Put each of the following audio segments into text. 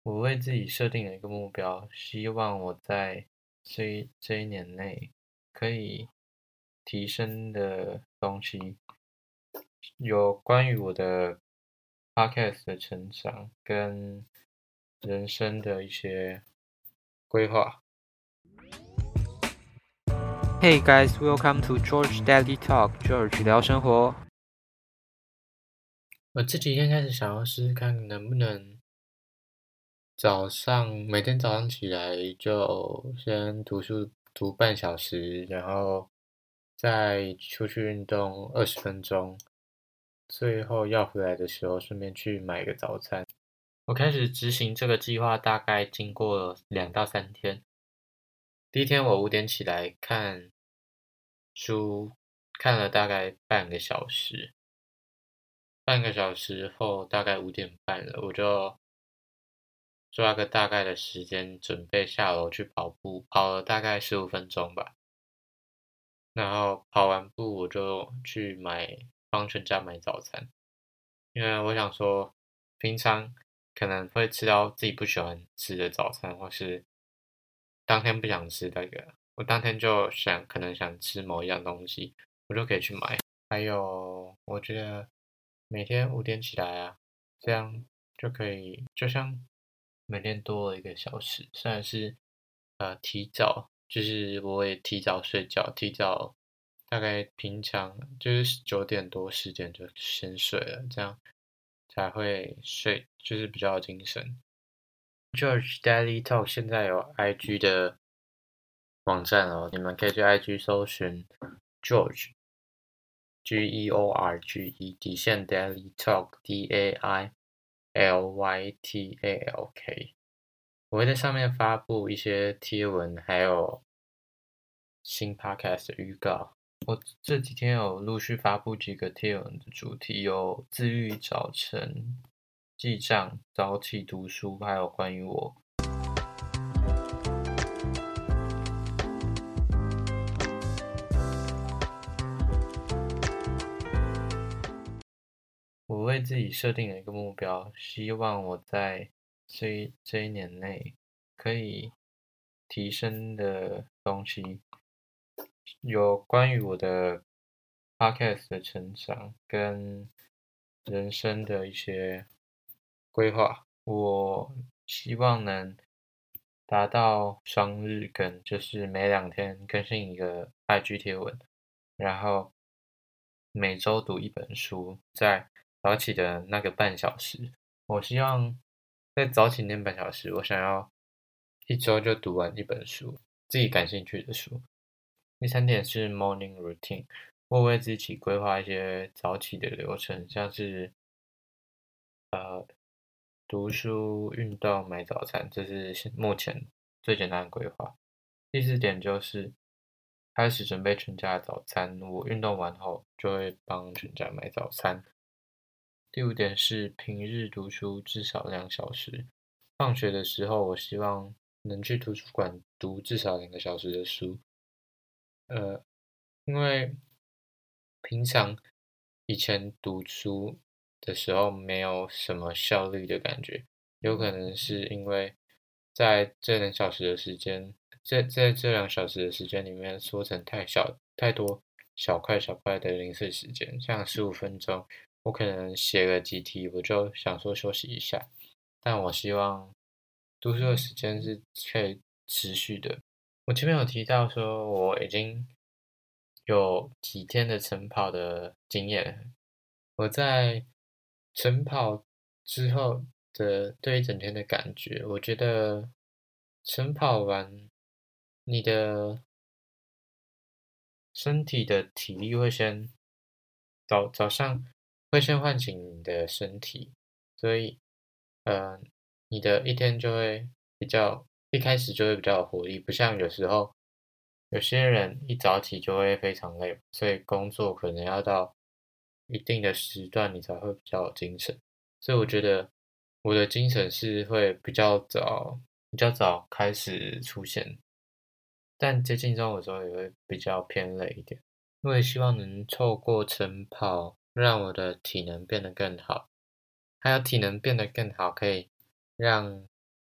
我为自己设定了一个目标，希望我在这一年内可以提升的东西，有关于我的 podcast 的成长跟人生的一些规划。 Hey guys, welcome to George Daily Talk. George 聊生活。 我这几天开始想要试试看，能不能每天早上起来就先读书读半小时，然后再出去运动20分钟，最后要回来的时候顺便去买个早餐。我开始执行这个计划，大概经过2到3天。第一天我5点起来看书，看了大概半个小时。半个小时后，大概5点半了，我就抓个大概的时间，准备下楼去跑步，跑了大概15分钟吧。然后跑完步，我就去帮全家买早餐，因为我想说，平常可能会吃到自己不喜欢吃的早餐，或是当天不想吃那个，我当天就可能想吃某一样东西，我就可以去买。还有，我觉得每天5点起来啊，这样就可以，就像每天多了1个小时。虽然是提早，就是我也提早睡觉，提早大概平常就是9点多10点就先睡了，这样才会睡，就是比较有精神。George Daily Talk 现在有 IG 的网站哦，你们可以去 IG 搜寻 George GEORGE Daily Talk DAILYTALK。我会在上面发布一些贴文，还有新 podcast 的预告。我这几天有陆续发布几个贴文的主题，有自律早晨、记账、早起读书，还有关于我。我为自己设定了一个目标，希望我在这一年内可以提升的东西，有关于我的 podcast 的成长跟人生的一些规划。我希望能达到双日更，就是每2天更新一个 IG 贴文，然后每周读一本书，在早起的那个半小时。我希望在早起那半小时，我想要一周就读完一本书，自己感兴趣的书。第三点是 morning routine，我为自己规划一些早起的流程，像是读书、运动、买早餐，这是目前最简单的规划。第四点就是开始准备全家的早餐，我运动完后就会帮全家买早餐。第五点是平日读书至少2小时，放学的时候我希望能去图书馆读至少2个小时的书。呃，因为平常以前读书的时候没有什么效率的感觉，有可能是因为在这两小时的时间，在这2小时的时间里面缩成太多小块小块的零碎时间，像15分钟，我可能写了几题，我就想说休息一下，但我希望读书的时间是可以持续的。我前面有提到说，我已经有几天的晨跑的经验。我在晨跑之后的对一整天的感觉，我觉得晨跑完，你的身体的体力会先早上会先唤醒你的身体，所以呃，你的一天就会一开始就会比较有活力，不像有时候有些人一早起就会非常累，所以工作可能要到一定的时段你才会比较有精神。所以我觉得我的精神是会比较早开始出现，但接近中午的时候也会比较偏累一点。我也希望能透过晨跑，让我的体能变得更好，还有体能变得更好，可以让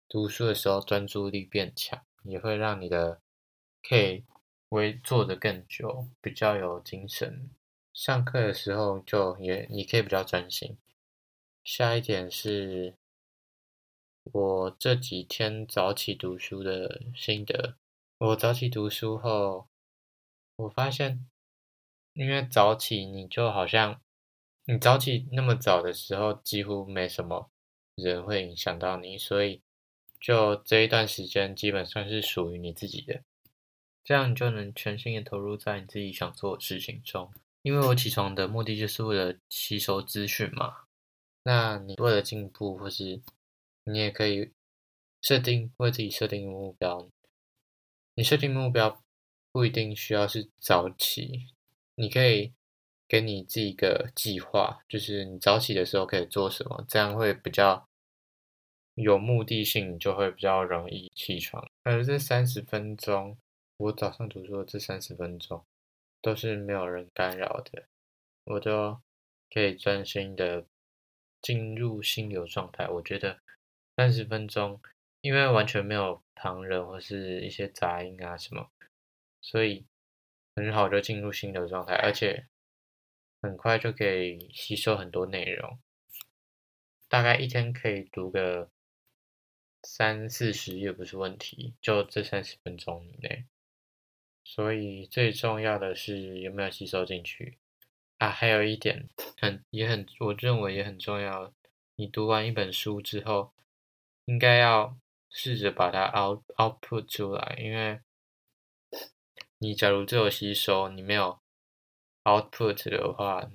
读书的时候专注力变强，也会让你的可以做得更久，比较有精神。上课的时候你可以比较专心。下一点是我这几天早起读书的心得。我早起读书后，我发现，因为早起你就好像你早起那么早的时候，几乎没什么人会影响到你，所以就这一段时间基本上是属于你自己的，这样你就能全心的投入在你自己想做的事情中。因为我起床的目的就是为了吸收资讯嘛，那你为了进步，或是你也可以为自己设定目标。你设定目标不一定需要是早起，你可以给你自己一个计划，就是你早起的时候可以做什么，这样会比较有目的性，你就会比较容易起床。而这30分钟，我早上读书的这30分钟都是没有人干扰的，我就可以专心的进入心流状态。我觉得30分钟，因为完全没有旁人或是一些杂音啊什么，所以很好就进入心流状态，而且很快就可以吸收很多内容。大概一天可以读个30-40页不是问题，就这30分钟以内。所以最重要的是有没有吸收进去啊？还有一点我认为也很重要，你读完一本书之后，应该要试着把它 output 出来，因为你假如只有吸收，你没有 output 的话，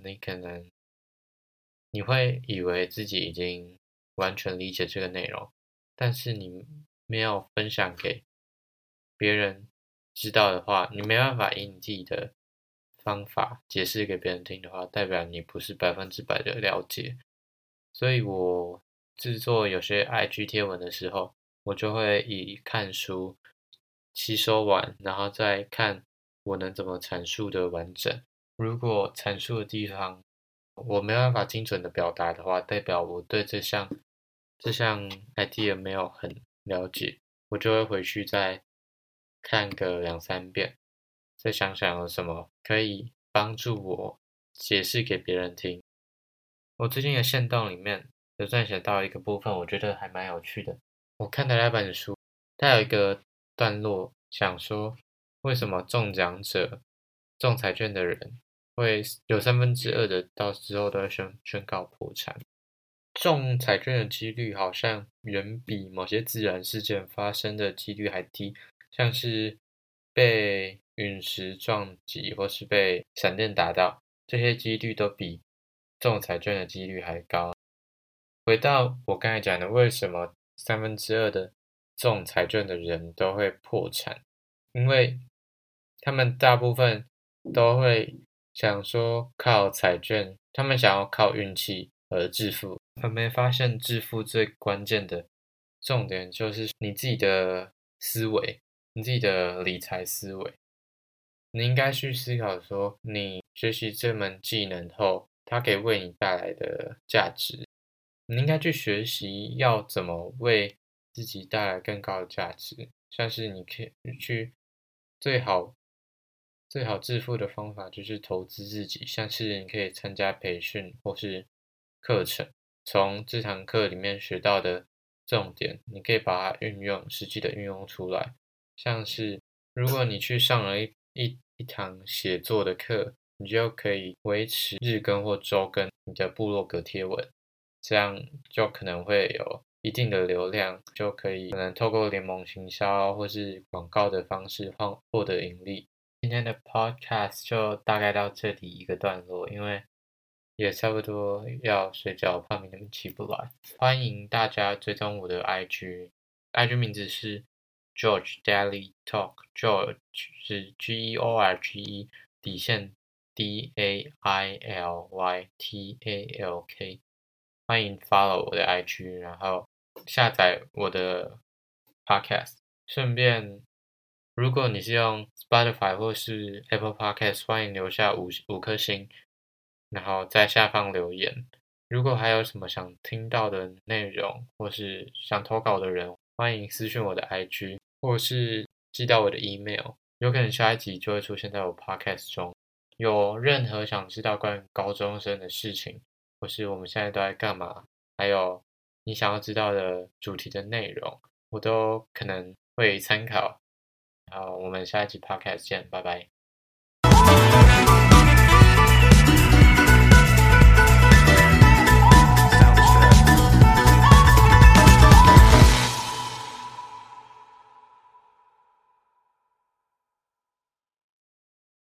你会以为自己已经完全理解这个内容，但是你没有分享给别人知道的话，你没办法以你自己的方法解释给别人听的话，代表你不是100%的了解。所以我制作有些 IG 贴文的时候，我就会以看书吸收完，然后再看我能怎么阐述的完整。如果阐述的地方我没办法精准的表达的话，代表我对这项 idea 没有很了解，我就会回去再看个2-3遍，再想想有什么可以帮助我解释给别人听。我最近的线动里面有撰写到一个部分，我觉得还蛮有趣的。我看的那本书，它有一个段落想说，为什么中彩券的人会有2/3的到之后都会宣告破产？中彩券的几率好像远比某些自然事件发生的几率还低，像是被陨石撞击或是被闪电打到，这些几率都比中彩券的几率还高。回到我刚才讲的，为什么2/3的中彩券的人都会破产？因为他们大部分都会想说靠彩券，他们想要靠运气而致富，而没发现致富最关键的重点就是你自己的思维，你自己的理财思维。你应该去思考说，你学习这门技能后，它可以为你带来的价值。你应该去学习要怎么为自己带来更高的价值，像是你可以去最好最好致富的方法就是投资自己，像是你可以参加培训或是课程，从这堂课里面学到的重点，你可以把它实际的运用出来。像是如果你去上了一堂写作的课，你就可以维持日更或周更你的部落格贴文，这样就可能会有一定的流量，就可能透过联盟行销或是广告的方式获得盈利。今天的 podcast 就大概到这里一个段落，因为也差不多要睡觉，怕明天起不来。欢迎大家追踪我的 IG 名字是 George Daily Talk，George 是 GEORGE DAILYTALK。欢迎 follow 我的 IG，然后下载我的 podcast。顺便，如果你是用 Spotify 或是 Apple Podcast，欢迎留下五颗星，然后在下方留言。如果还有什么想听到的内容，或是想投稿的人， 欢迎私讯我的 IG，或是寄到我的 email，有可能下一集就会出现在我 podcast 中。有任何想知道关于高中生的事情，或是我们现在都在干嘛，还有你想要知道的主题的内容，我都可能会参考。好，我们下一集 podcast 见，拜拜。